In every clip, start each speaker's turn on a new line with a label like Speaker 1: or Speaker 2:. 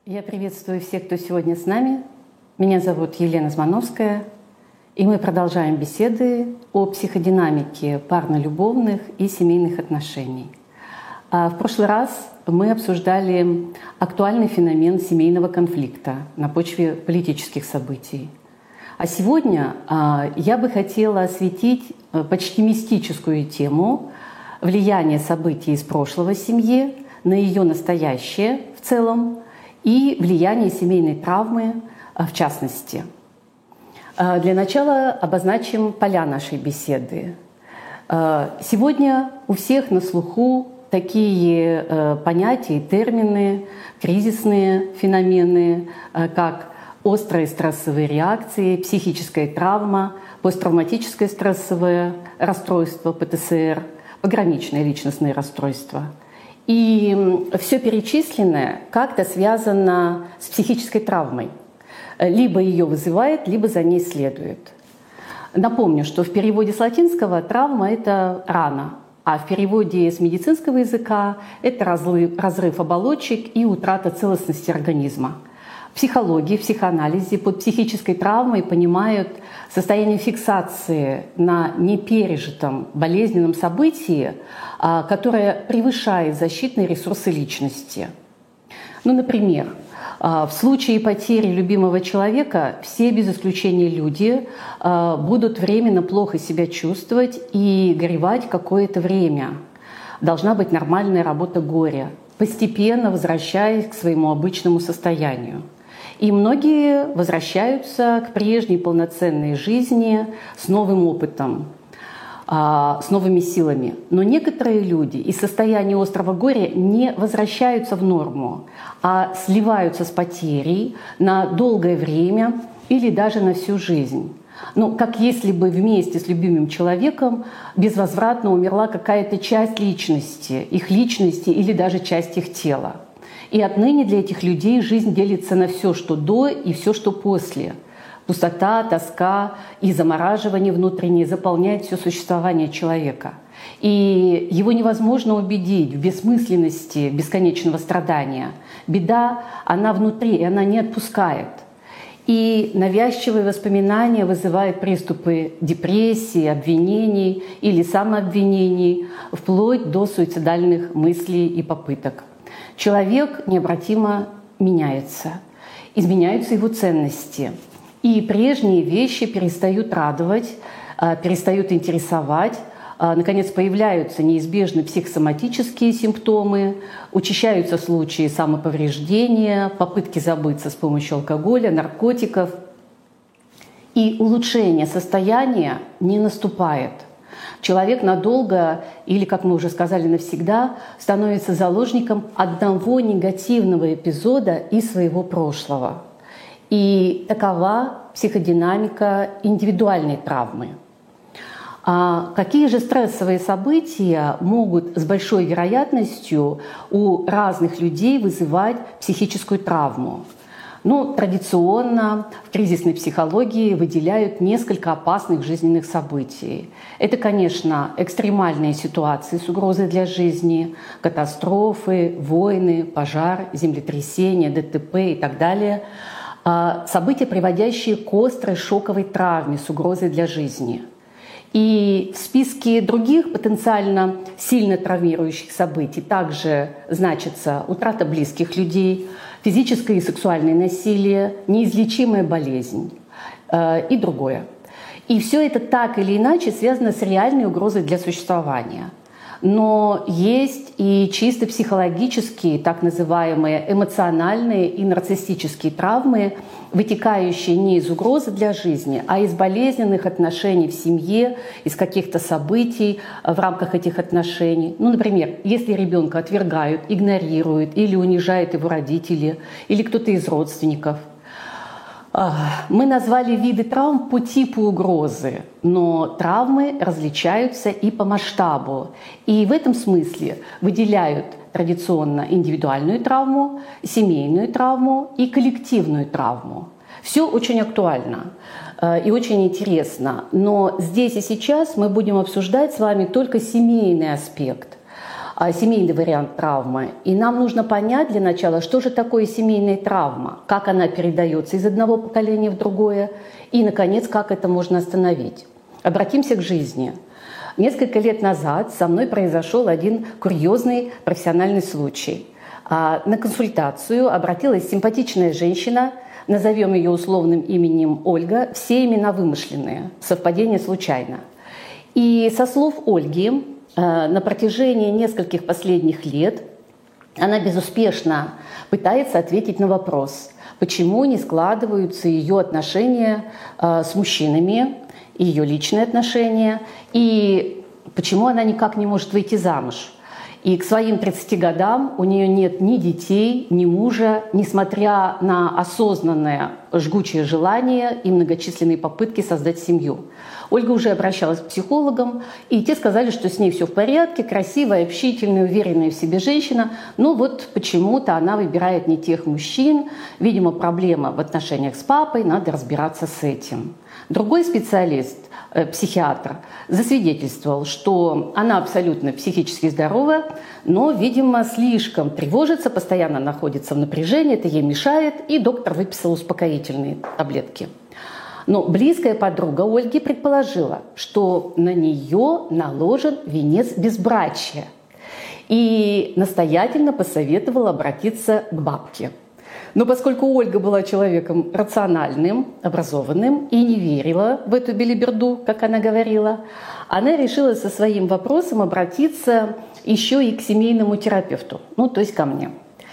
Speaker 1: Я приветствую всех, кто сегодня с нами. Меня зовут Елена Змановская, и мы продолжаем беседы о психодинамике парно-любовных и семейных отношений. В прошлый раз мы обсуждали актуальный феномен семейного конфликта на почве политических событий. А сегодня я бы хотела осветить почти мистическую тему влияния событий из прошлого в семье на ее настоящее в целом и влияние семейной травмы в частности. Для начала обозначим поля нашей беседы. Сегодня у всех на слуху такие понятия и термины, кризисные феномены, как острые стрессовые реакции, психическая травма, посттравматическое стрессовое расстройство, ПТСР, пограничное личностное расстройство. И все перечисленное как-то связано с психической травмой. Либо ее вызывает, либо за ней следует. Напомню, что в переводе с латинского травма — это рана, а в переводе с медицинского языка это разрыв оболочек и утрата целостности организма. В психологии, в психоанализе под психической травмой понимают состояние фиксации на непережитом болезненном событии, которое превышает защитные ресурсы личности. Например, в случае потери любимого человека все без исключения люди будут временно плохо себя чувствовать и горевать какое-то время. Должна быть нормальная работа горя, постепенно возвращаясь к своему обычному состоянию. И многие возвращаются к прежней полноценной жизни с новым опытом, с новыми силами. Но некоторые люди из состояния острого горя не возвращаются в норму, а сливаются с потерей на долгое время или даже на всю жизнь. Как если бы вместе с любимым человеком безвозвратно умерла какая-то часть личности, их личности или даже часть их тела. И отныне для этих людей жизнь делится на все, что до, и все, что после. Пустота, тоска и замораживание внутреннее заполняют все существование человека. И его невозможно убедить в бессмысленности бесконечного страдания. Беда, она внутри, и она не отпускает. И навязчивые воспоминания вызывают приступы депрессии, обвинений или самообвинений, вплоть до суицидальных мыслей и попыток. Человек необратимо меняется, изменяются его ценности, и прежние вещи перестают радовать, перестают интересовать, наконец появляются неизбежно психосоматические симптомы, учащаются случаи самоповреждения, попытки забыться с помощью алкоголя, наркотиков, и улучшение состояния не наступает. Человек надолго, или, как мы уже сказали, навсегда, становится заложником одного негативного эпизода из своего прошлого. И такова психодинамика индивидуальной травмы. А какие же стрессовые события могут с большой вероятностью у разных людей вызывать психическую травму? Традиционно в кризисной психологии выделяют несколько опасных жизненных событий. Это, конечно, экстремальные ситуации с угрозой для жизни, катастрофы, войны, пожар, землетрясения, ДТП и так далее. События, приводящие к острой шоковой травме с угрозой для жизни. И в списке других потенциально сильно травмирующих событий также значится утрата близких людей, физическое и сексуальное насилие, неизлечимая болезнь и другое. И все это так или иначе связано с реальной угрозой для существования. Но есть и чисто психологические, так называемые эмоциональные и нарциссические травмы, вытекающие не из угрозы для жизни, а из болезненных отношений в семье, из каких-то событий в рамках этих отношений. Например, если ребенка отвергают, игнорируют или унижают его родители, или кто-то из родственников. Мы назвали виды травм по типу угрозы, но травмы различаются и по масштабу. И в этом смысле выделяют традиционно индивидуальную травму, семейную травму и коллективную травму. Все очень актуально и очень интересно. Но здесь и сейчас мы будем обсуждать с вами только семейный аспект. семейный вариант травмы. И нам нужно понять для начала, что же такое семейная травма, как она передается из одного поколения в другое, и, наконец, как это можно остановить. Обратимся к жизни. Несколько лет назад со мной произошел один курьезный профессиональный случай. На консультацию обратилась симпатичная женщина, назовем ее условным именем Ольга, все имена вымышленные, совпадение случайно. И со слов Ольги, на протяжении нескольких последних лет она безуспешно пытается ответить на вопрос, почему не складываются ее отношения с мужчинами, ее личные отношения, и почему она никак не может выйти замуж. И к своим 30 годам у нее нет ни детей, ни мужа, несмотря на осознанное жгучее желание и многочисленные попытки создать семью. Ольга уже обращалась к психологам, и те сказали, что с ней все в порядке, красивая, общительная, уверенная в себе женщина, но вот почему-то она выбирает не тех мужчин, видимо, проблема в отношениях с папой, надо разбираться с этим. Другой специалист, психиатр, засвидетельствовал, что она абсолютно психически здорова, но, видимо, слишком тревожится, постоянно находится в напряжении, это ей мешает, и доктор выписал успокоительные таблетки. Но близкая подруга Ольги предположила, что на нее наложен венец безбрачия, и настоятельно посоветовала обратиться к бабке. Но поскольку Ольга была человеком рациональным, образованным и не верила в эту белиберду, как она говорила, она решила со своим вопросом обратиться еще и к семейному терапевту, то есть ко мне.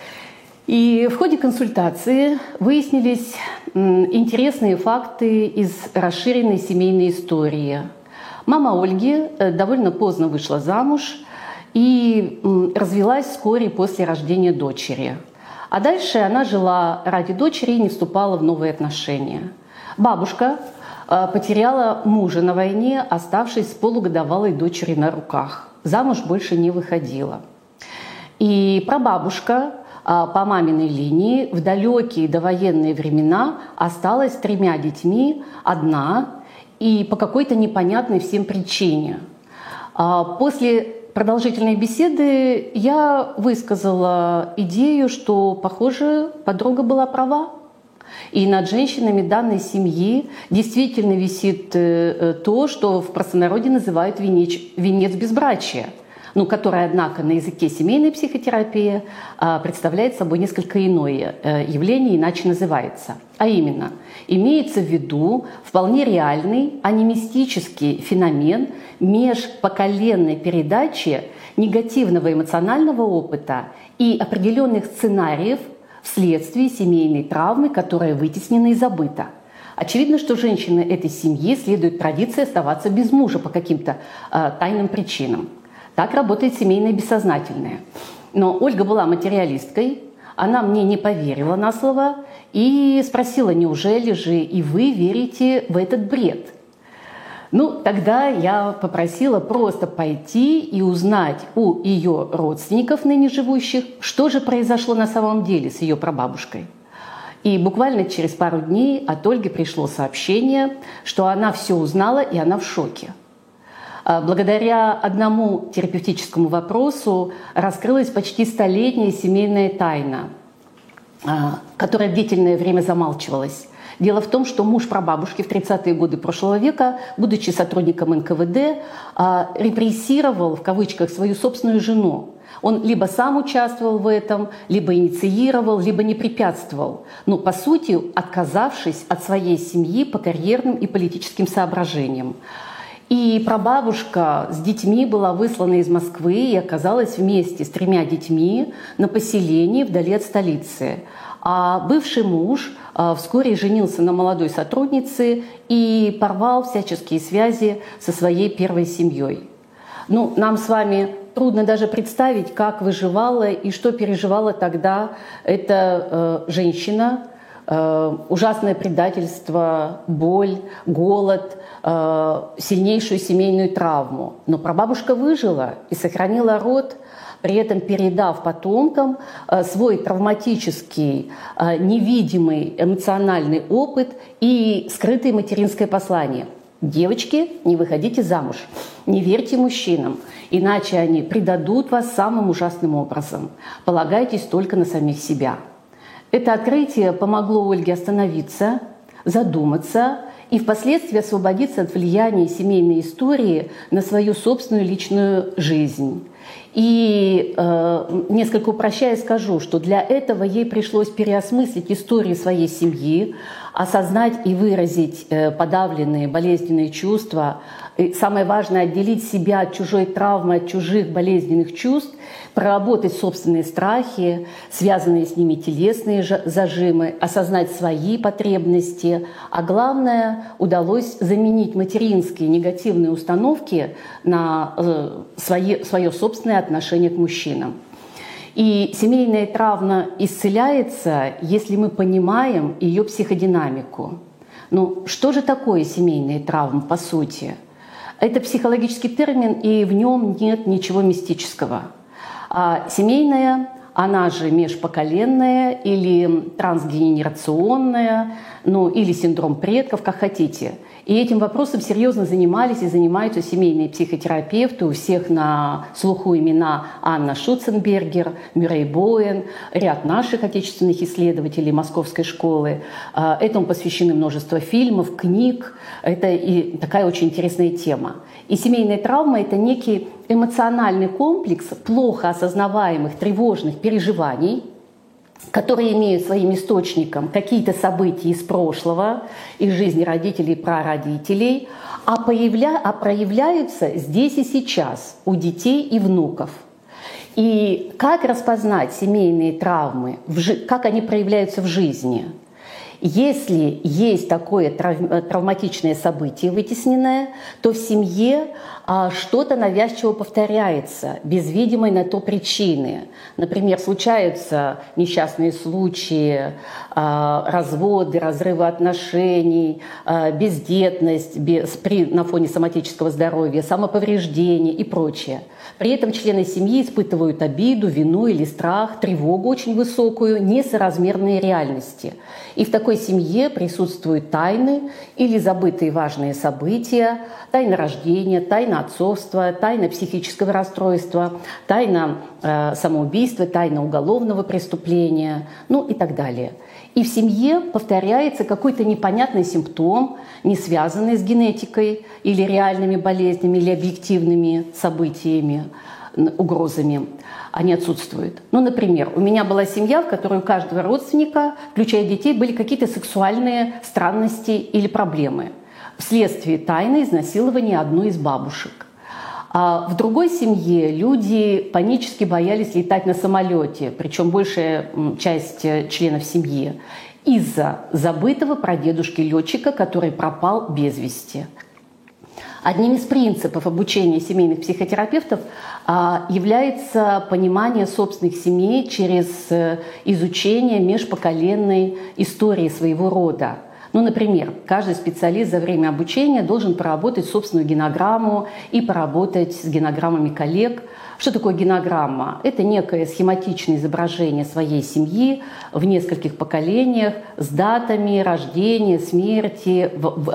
Speaker 1: И в ходе консультации выяснились интересные факты из расширенной семейной истории. Мама Ольги довольно поздно вышла замуж и развелась вскоре после рождения дочери. А дальше она жила ради дочери и не вступала в новые отношения. Бабушка потеряла мужа на войне, оставшись с полугодовалой дочерью на руках. Замуж больше не выходила. И прабабушка по маминой линии в далекие довоенные времена осталась с 3 детьми, одна, и по какой-то непонятной всем причине. После продолжительной беседы я высказала идею, что, похоже, подруга была права. И над женщинами данной семьи действительно висит то, что в простонародье называют венец безбрачия, который, однако, на языке семейной психотерапии представляет собой несколько иное явление, иначе называется. А именно, имеется в виду вполне реальный, а не мистический феномен межпоколенной передачи негативного эмоционального опыта и определенных сценариев вследствие семейной травмы, которая вытеснена и забыта. Очевидно, что женщины этой семьи следует традиции оставаться без мужа по каким-то тайным причинам. Так работает семейное бессознательное. Но Ольга была материалисткой, она мне не поверила на слово и спросила, неужели же и вы верите в этот бред? Тогда я попросила просто пойти и узнать у ее родственников, ныне живущих, что же произошло на самом деле с ее прабабушкой. И буквально через пару дней от Ольги пришло сообщение, что она все узнала и она в шоке. Благодаря одному терапевтическому вопросу раскрылась почти 100-летняя семейная тайна, которая длительное время замалчивалась. Дело в том, что муж прабабушки в 30-е годы прошлого века, будучи сотрудником НКВД, репрессировал, в кавычках, свою собственную жену. Он либо сам участвовал в этом, либо инициировал, либо не препятствовал. Но, по сути, отказавшись от своей семьи по карьерным и политическим соображениям. И прабабушка с детьми была выслана из Москвы и оказалась вместе с 3 детьми на поселении вдали от столицы. А бывший муж вскоре женился на молодой сотруднице и порвал всяческие связи со своей первой семьей. Нам с вами трудно даже представить, как выживала и что переживала тогда эта женщина. Ужасное предательство, боль, голод, сильнейшую семейную травму. Но прабабушка выжила и сохранила род, при этом передав потомкам свой травматический, невидимый эмоциональный опыт и скрытое материнское послание. Девочки, не выходите замуж, не верьте мужчинам, иначе они предадут вас самым ужасным образом. Полагайтесь только на самих себя. Это открытие помогло Ольге остановиться, задуматься и впоследствии освободиться от влияния семейной истории на свою собственную личную жизнь. И несколько упрощая скажу, что для этого ей пришлось переосмыслить историю своей семьи, осознать и выразить подавленные болезненные чувства. И самое важное — отделить себя от чужой травмы, от чужих болезненных чувств, проработать собственные страхи, связанные с ними телесные зажимы, осознать свои потребности. А главное, удалось заменить материнские негативные установки на свое собственное отношение к мужчинам. И семейная травма исцеляется, если мы понимаем ее психодинамику. Ну, что же такое семейная травма по сути? Это психологический термин, и в нем нет ничего мистического. А семейная, она же межпоколенная или трансгенерационная, ну или синдром предков, как хотите. И этим вопросом серьезно занимались и занимаются семейные психотерапевты. У всех на слуху имена Анна Шуценбергер, Мюррей Боуэн, ряд наших отечественных исследователей Московской школы. Этому посвящены множество фильмов, книг. Это и такая очень интересная тема. И семейная травма — это некий эмоциональный комплекс плохо осознаваемых тревожных переживаний, которые имеют своим источником какие-то события из прошлого, из жизни родителей и прародителей, а проявляются здесь и сейчас у детей и внуков. И как распознать семейные травмы, как они проявляются в жизни? Если есть такое травматичное событие вытесненное, то в семье что-то навязчиво повторяется, без видимой на то причины. Например, случаются несчастные случаи, разводы, разрывы отношений, бездетность на фоне соматического здоровья, самоповреждение и прочее. При этом члены семьи испытывают обиду, вину или страх, тревогу очень высокую, несоразмерные реальности. И в такой семье присутствуют тайны или забытые важные события, тайна рождения, тайна отцовства, тайна психического расстройства, тайна самоубийства, тайна уголовного преступления, ну и так далее. И в семье повторяется какой-то непонятный симптом, не связанный с генетикой или реальными болезнями, или объективными событиями, угрозами. Они отсутствуют. Ну, например, у меня была семья, в которой у каждого родственника, включая детей, были какие-то сексуальные странности или проблемы вследствие тайны изнасилования одной из бабушек. А в другой семье люди панически боялись летать на самолете, причем большая часть членов семьи, из-за забытого прадедушки-летчика, который пропал без вести. Одним из принципов обучения семейных психотерапевтов является понимание собственных семей через изучение межпоколенной истории своего рода. Ну, например, каждый специалист за время обучения должен проработать собственную генограмму и поработать с генограммами коллег. Что такое генограмма? Это некое схематичное изображение своей семьи в нескольких поколениях с датами рождения, смерти,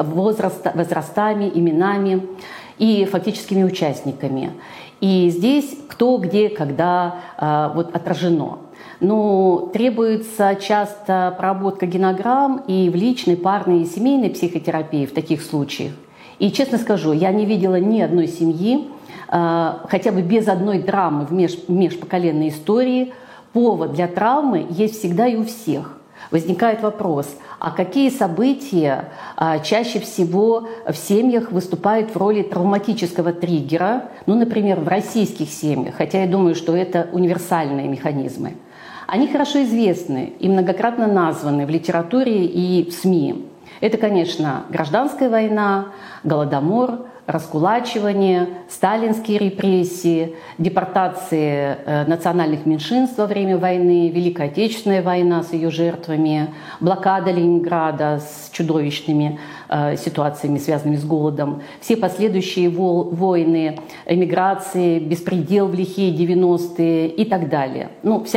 Speaker 1: возрастами, именами и фактическими участниками. И здесь кто, где, когда отражено. Но требуется часто проработка генограмм и в личной, парной и семейной психотерапии в таких случаях. И честно скажу, я не видела ни одной семьи, хотя бы без одной драмы в межпоколенной истории. Повод для травмы есть всегда и у всех. Возникает вопрос, а какие события чаще всего в семьях выступают в роли травматического триггера, ну, например, в российских семьях, хотя я думаю, что это универсальные механизмы. Они хорошо известны и многократно названы в литературе и в СМИ. Это, конечно, гражданская война, голодомор, раскулачивание, сталинские репрессии, депортации национальных меньшинств во время войны, Великая Отечественная война с ее жертвами, блокада Ленинграда с чудовищными ситуациями, связанными с голодом, все последующие войны, эмиграции, беспредел в лихие 90-е и так далее. Ну, вся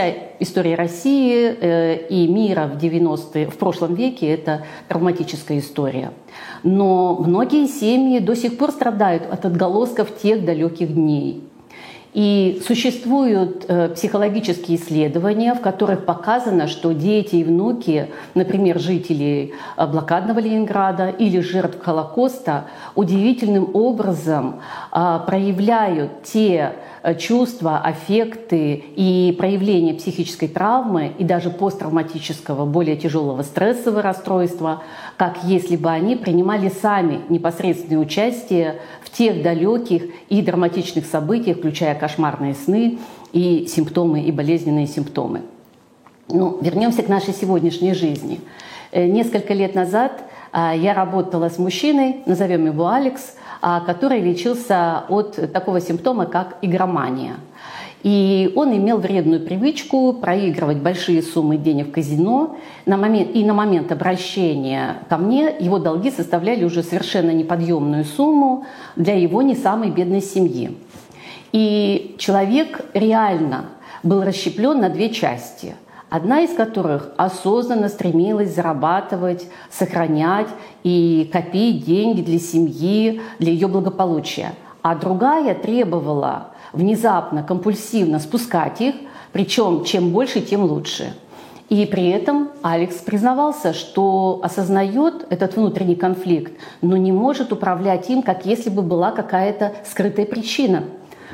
Speaker 1: история России и мира в прошлом веке – это травматическая история. Но многие семьи до сих пор страдают от отголосков тех далеких дней. И существуют психологические исследования, в которых показано, что дети и внуки, например, жителей блокадного Ленинграда или жертв Холокоста, удивительным образом проявляют те чувства, аффекты и проявления психической травмы и даже посттравматического, более тяжелого стрессового расстройства, как если бы они принимали сами непосредственное участие в тех далеких и драматичных событиях, включая кошмарные сны и симптомы, и болезненные симптомы. Ну, вернемся к нашей сегодняшней жизни. Несколько лет назад я работала с мужчиной, назовем его Алекс, который лечился от такого симптома, как игромания. И он имел вредную привычку проигрывать большие суммы денег в казино. На момент обращения ко мне его долги составляли уже совершенно неподъемную сумму для его не самой бедной семьи. И человек реально был расщеплен на две части. Одна из которых осознанно стремилась зарабатывать, сохранять и копить деньги для семьи, для ее благополучия. А другая требовала внезапно, компульсивно спускать их, причем чем больше, тем лучше. И при этом Алекс признавался, что осознает этот внутренний конфликт, но не может управлять им, как если бы была какая-то скрытая причина.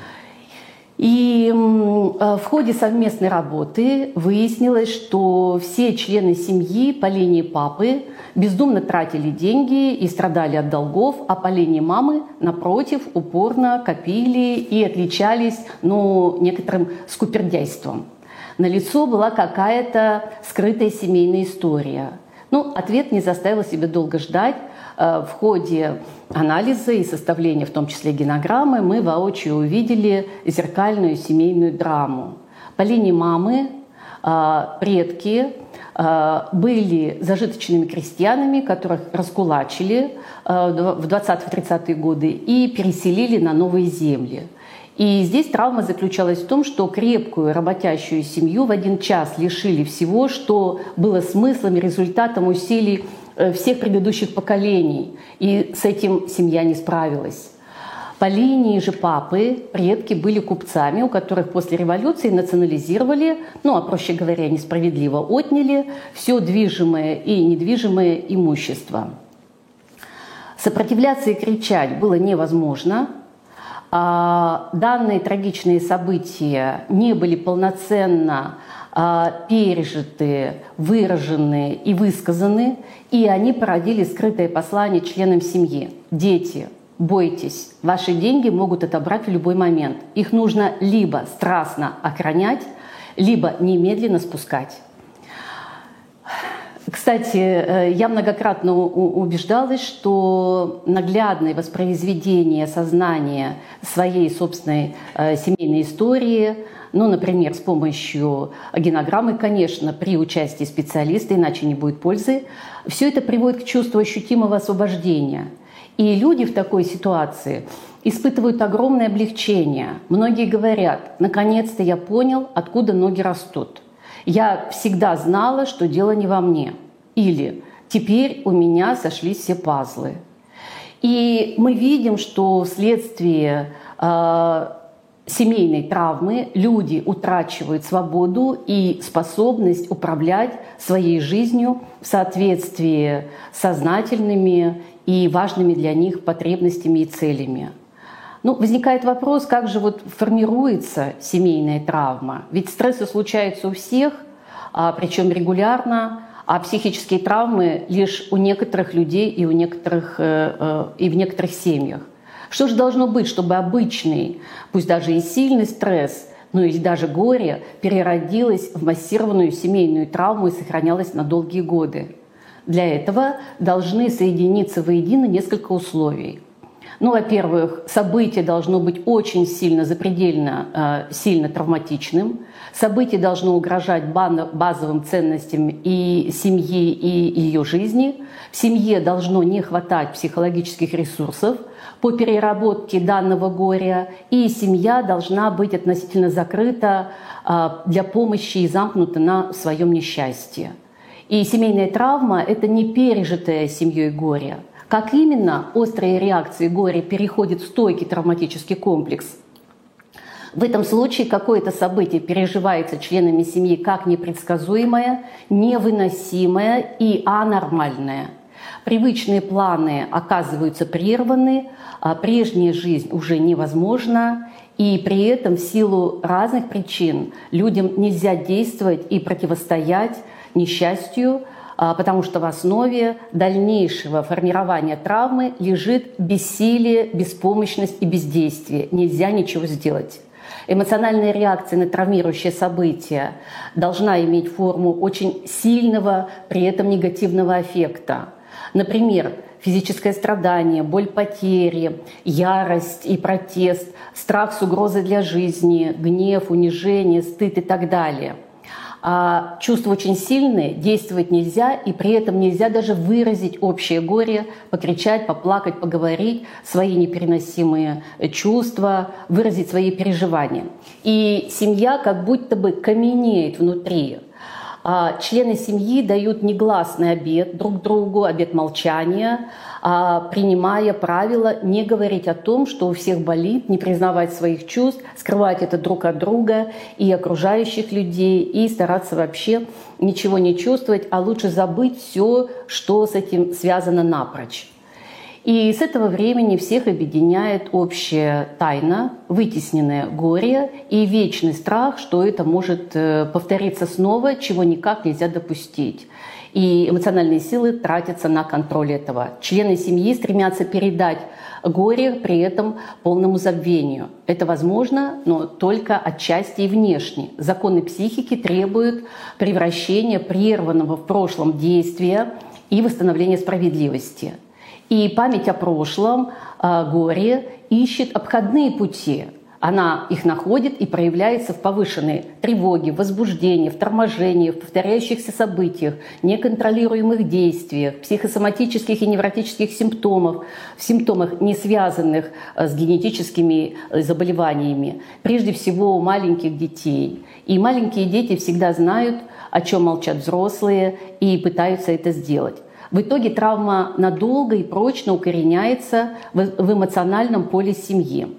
Speaker 1: И в ходе совместной работы выяснилось, что все члены семьи по линии папы бездумно тратили деньги и страдали от долгов, а по линии мамы, напротив, упорно копили и отличались некоторым скупердяйством. Налицо была какая-то скрытая семейная история. Ответ не заставил себя долго ждать. В ходе анализа и составления, в том числе генограммы, мы воочию увидели зеркальную семейную драму. По линии мамы предки были зажиточными крестьянами, которых раскулачили в 20-30-е годы и переселили на новые земли. И здесь травма заключалась в том, что крепкую работящую семью в один час лишили всего, что было смыслом и результатом усилий всех предыдущих поколений. И с этим семья не справилась. По линии же папы предки были купцами, у которых после революции национализировали, проще говоря, несправедливо отняли все движимое и недвижимое имущество. Сопротивляться и кричать было невозможно. Данные трагичные события не были полноценно пережиты, выражены и высказаны, и они породили скрытое послание членам семьи. Дети, бойтесь, ваши деньги могут отобрать в любой момент. Их нужно либо страстно охранять, либо немедленно спускать. Кстати, я многократно убеждалась, что наглядное воспроизведение сознания своей собственной семейной истории, например, с помощью генограммы, конечно, при участии специалиста, иначе не будет пользы, все это приводит к чувству ощутимого освобождения. И люди в такой ситуации испытывают огромное облегчение. Многие говорят: наконец-то я понял, откуда ноги растут. Я всегда знала, что дело не во мне. Или теперь у меня сошлись все пазлы. И мы видим, что вследствие семейной травмы люди утрачивают свободу и способность управлять своей жизнью в соответствии с сознательными и важными для них потребностями и целями. Возникает вопрос, как же формируется семейная травма? Ведь стрессы случаются у всех, причем регулярно, а психические травмы лишь у некоторых людей и в некоторых семьях. Что же должно быть, чтобы обычный, пусть даже и сильный стресс, или даже горе переродилось в массированную семейную травму и сохранялось на долгие годы? Для этого должны соединиться воедино несколько условий. Ну, во-первых, событие должно быть очень сильно, запредельно сильно травматичным. Событие должно угрожать базовым ценностям и семьи, и ее жизни. В семье должно не хватать психологических ресурсов по переработке данного горя, и семья должна быть относительно закрыта для помощи и замкнута на своем несчастье. И семейная травма – это не пережитое семьей горе. Как именно острые реакции горя переходят в стойкий травматический комплекс? В этом случае какое-то событие переживается членами семьи как непредсказуемое, невыносимое и анормальное. Привычные планы оказываются прерваны, а прежняя жизнь уже невозможна, и при этом в силу разных причин людям нельзя действовать и противостоять несчастью, потому что в основе дальнейшего формирования травмы лежит бессилие, беспомощность и бездействие. Нельзя ничего сделать. Эмоциональная реакция на травмирующее событие должна иметь форму очень сильного, при этом негативного аффекта. Например, физическое страдание, боль потери, ярость и протест, страх с угрозой для жизни, гнев, унижение, стыд и так далее. А чувства очень сильные, действовать нельзя, и при этом нельзя даже выразить общее горе, покричать, поплакать, поговорить, свои непереносимые чувства, выразить свои переживания. И семья как будто бы каменеет внутри. Члены семьи дают негласный обет друг другу, обет молчания, принимая правило не говорить о том, что у всех болит, не признавать своих чувств, скрывать это друг от друга и окружающих людей, и стараться вообще ничего не чувствовать, а лучше забыть все, что с этим связано напрочь. И с этого времени всех объединяет общая тайна, вытесненное горе и вечный страх, что это может повториться снова, чего никак нельзя допустить. И эмоциональные силы тратятся на контроль этого. Члены семьи стремятся передать горе при этом полному забвению. Это возможно, но только отчасти и внешне. Законы психики требуют превращения прерванного в прошлом действия и восстановления справедливости. И память о прошлом, горе ищет обходные пути. Она их находит и проявляется в повышенной тревоге, возбуждении, в торможении, в повторяющихся событиях, неконтролируемых действиях, психосоматических и невротических симптомах, в симптомах, не связанных с генетическими заболеваниями, прежде всего у маленьких детей. И маленькие дети всегда знают, о чем молчат взрослые, и пытаются это сделать. В итоге травма надолго и прочно укореняется в эмоциональном поле семьи.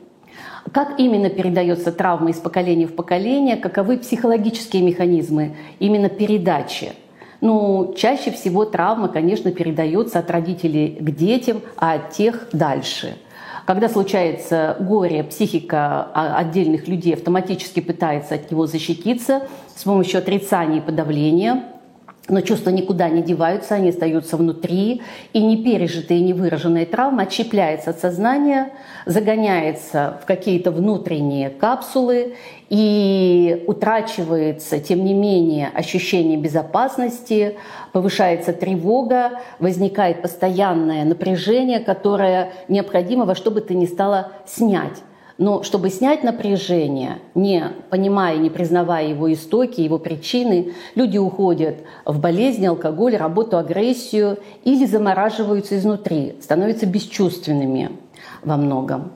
Speaker 1: Как именно передается травма из поколения в поколение, каковы психологические механизмы именно передачи? Ну, чаще всего травма, конечно, передается от родителей к детям, а от тех дальше. Когда случается горе, психика отдельных людей автоматически пытается от него защититься с помощью отрицания и подавления. Но чувства никуда не деваются, они остаются внутри, и непережитая и невыраженная травма отщепляется от сознания, загоняется в какие-то внутренние капсулы и утрачивается, тем не менее, ощущение безопасности, повышается тревога, возникает постоянное напряжение, которое необходимо во что бы то ни стало снять. Но чтобы снять напряжение, не понимая, не признавая его истоки, его причины, люди уходят в болезни, алкоголь, работу, агрессию или замораживаются изнутри, становятся бесчувственными во многом.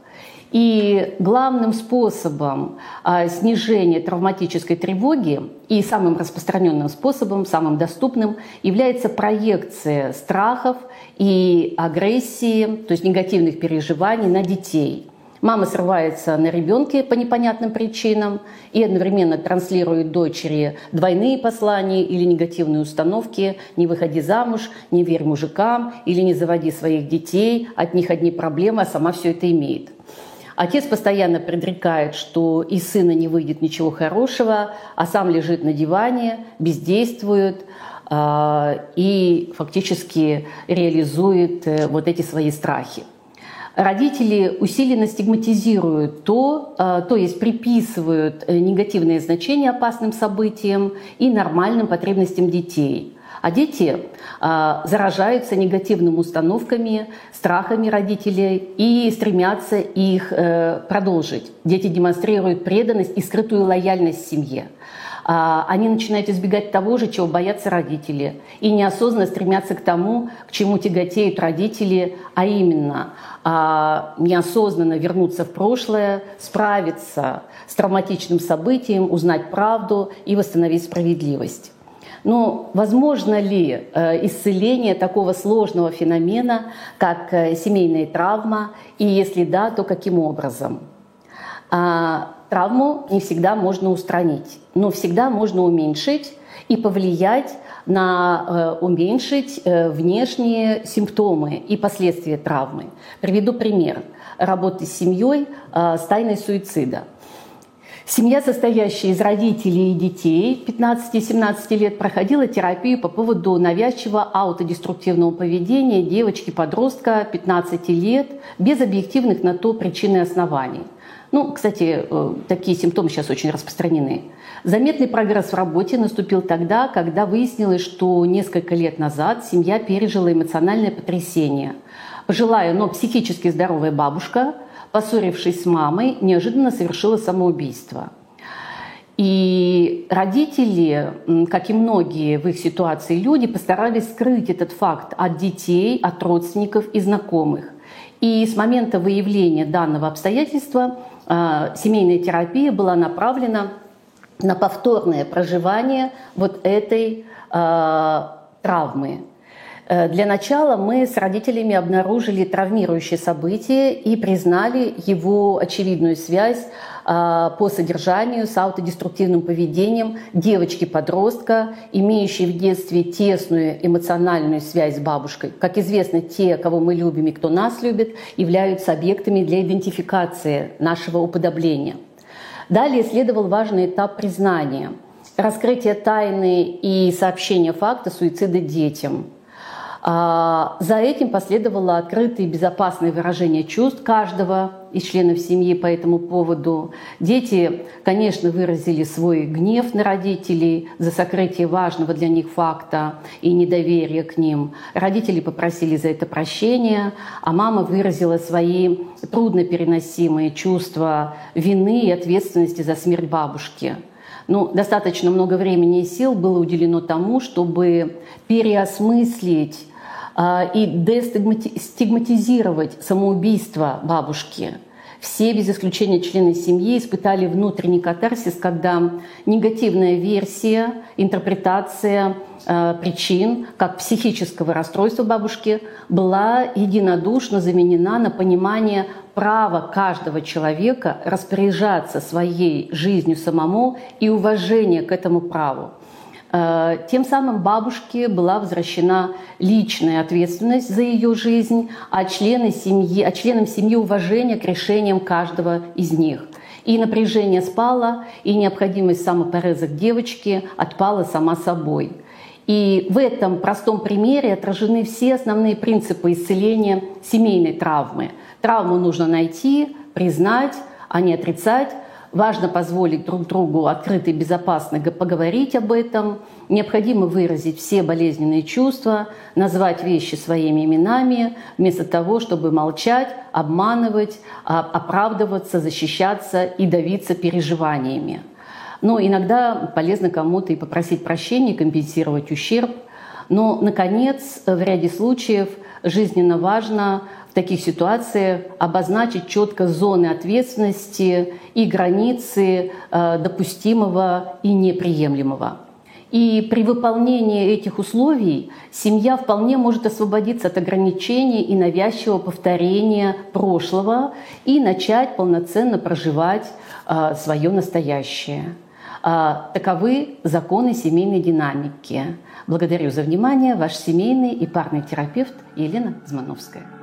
Speaker 1: И главным способом снижения травматической тревоги и самым распространенным способом, самым доступным, является проекция страхов и агрессии, то есть негативных переживаний на детей. Мама срывается на ребенке по непонятным причинам и одновременно транслирует дочери двойные послания или негативные установки: «Не выходи замуж», «Не верь мужикам» или «Не заводи своих детей», от них одни проблемы, а сама все это имеет. Отец постоянно предрекает, что из сына не выйдет ничего хорошего, а сам лежит на диване, бездействует и фактически реализует вот эти свои страхи. Родители усиленно стигматизируют то есть приписывают негативные значения опасным событиям и нормальным потребностям детей. А дети заражаются негативными установками, страхами родителей и стремятся их продолжить. Дети демонстрируют преданность и скрытую лояльность семье. Они начинают избегать того же, чего боятся родители, и неосознанно стремятся к тому, к чему тяготеют родители, а именно неосознанно вернуться в прошлое, справиться с травматичным событием, узнать правду и восстановить справедливость. Но возможно ли исцеление такого сложного феномена, как семейная травма, и если да, то каким образом? Травму не всегда можно устранить, но всегда можно уменьшить и повлиять на уменьшить внешние симптомы и последствия травмы. Приведу пример работы с семьей с тайной суицида. Семья, состоящая из родителей и детей 15-17 лет, проходила терапию по поводу навязчивого аутодеструктивного поведения девочки-подростка 15 лет без объективных на то причин и оснований. Кстати, такие симптомы сейчас очень распространены. Заметный прогресс в работе наступил тогда, когда выяснилось, что несколько лет назад семья пережила эмоциональное потрясение. Пожилая, но психически здоровая бабушка, поссорившись с мамой, неожиданно совершила самоубийство. И родители, как и многие в их ситуации люди, постарались скрыть этот факт от детей, от родственников и знакомых. И с момента выявления данного обстоятельства семейная терапия была направлена на повторное проживание вот этой травмы. Для начала мы с родителями обнаружили травмирующее событие и признали его очевидную связь по содержанию с аутодеструктивным поведением девочки-подростка, имеющей в детстве тесную эмоциональную связь с бабушкой. Как известно, те, кого мы любим и кто нас любит, являются объектами для идентификации нашего уподобления. Далее следовал важный этап признания – раскрытие тайны и сообщение факта суицида детям. За этим последовало открытое и безопасное выражение чувств каждого из членов семьи по этому поводу. Дети, конечно, выразили свой гнев на родителей за сокрытие важного для них факта и недоверие к ним. Родители попросили за это прощения, а мама выразила свои труднопереносимые чувства вины и ответственности за смерть бабушки. Достаточно много времени и сил было уделено тому, чтобы переосмыслить и дестигматизировать самоубийство бабушки. Все, без исключения члены семьи, испытали внутренний катарсис, когда негативная версия, интерпретация причин, как психического расстройства бабушки, была единодушно заменена на понимание права каждого человека распоряжаться своей жизнью самому и уважение к этому праву. Тем самым бабушке была возвращена личная ответственность за ее жизнь, а членам семьи уважение к решениям каждого из них. И напряжение спало, и необходимость самопорезок девочки отпала сама собой. И в этом простом примере отражены все основные принципы исцеления семейной травмы. Травму нужно найти, признать, а не отрицать. Важно позволить друг другу открыто и безопасно поговорить об этом. Необходимо выразить все болезненные чувства, назвать вещи своими именами, вместо того, чтобы молчать, обманывать, оправдываться, защищаться и давиться переживаниями. Но иногда полезно кому-то и попросить прощения, компенсировать ущерб. Но, наконец, в ряде случаев жизненно важно в таких ситуациях обозначить четко зоны ответственности и границы допустимого и неприемлемого. И при выполнении этих условий семья вполне может освободиться от ограничений и навязчивого повторения прошлого и начать полноценно проживать свое настоящее. Таковы законы семейной динамики. Благодарю за внимание. Ваш семейный и парный терапевт Елена Змановская.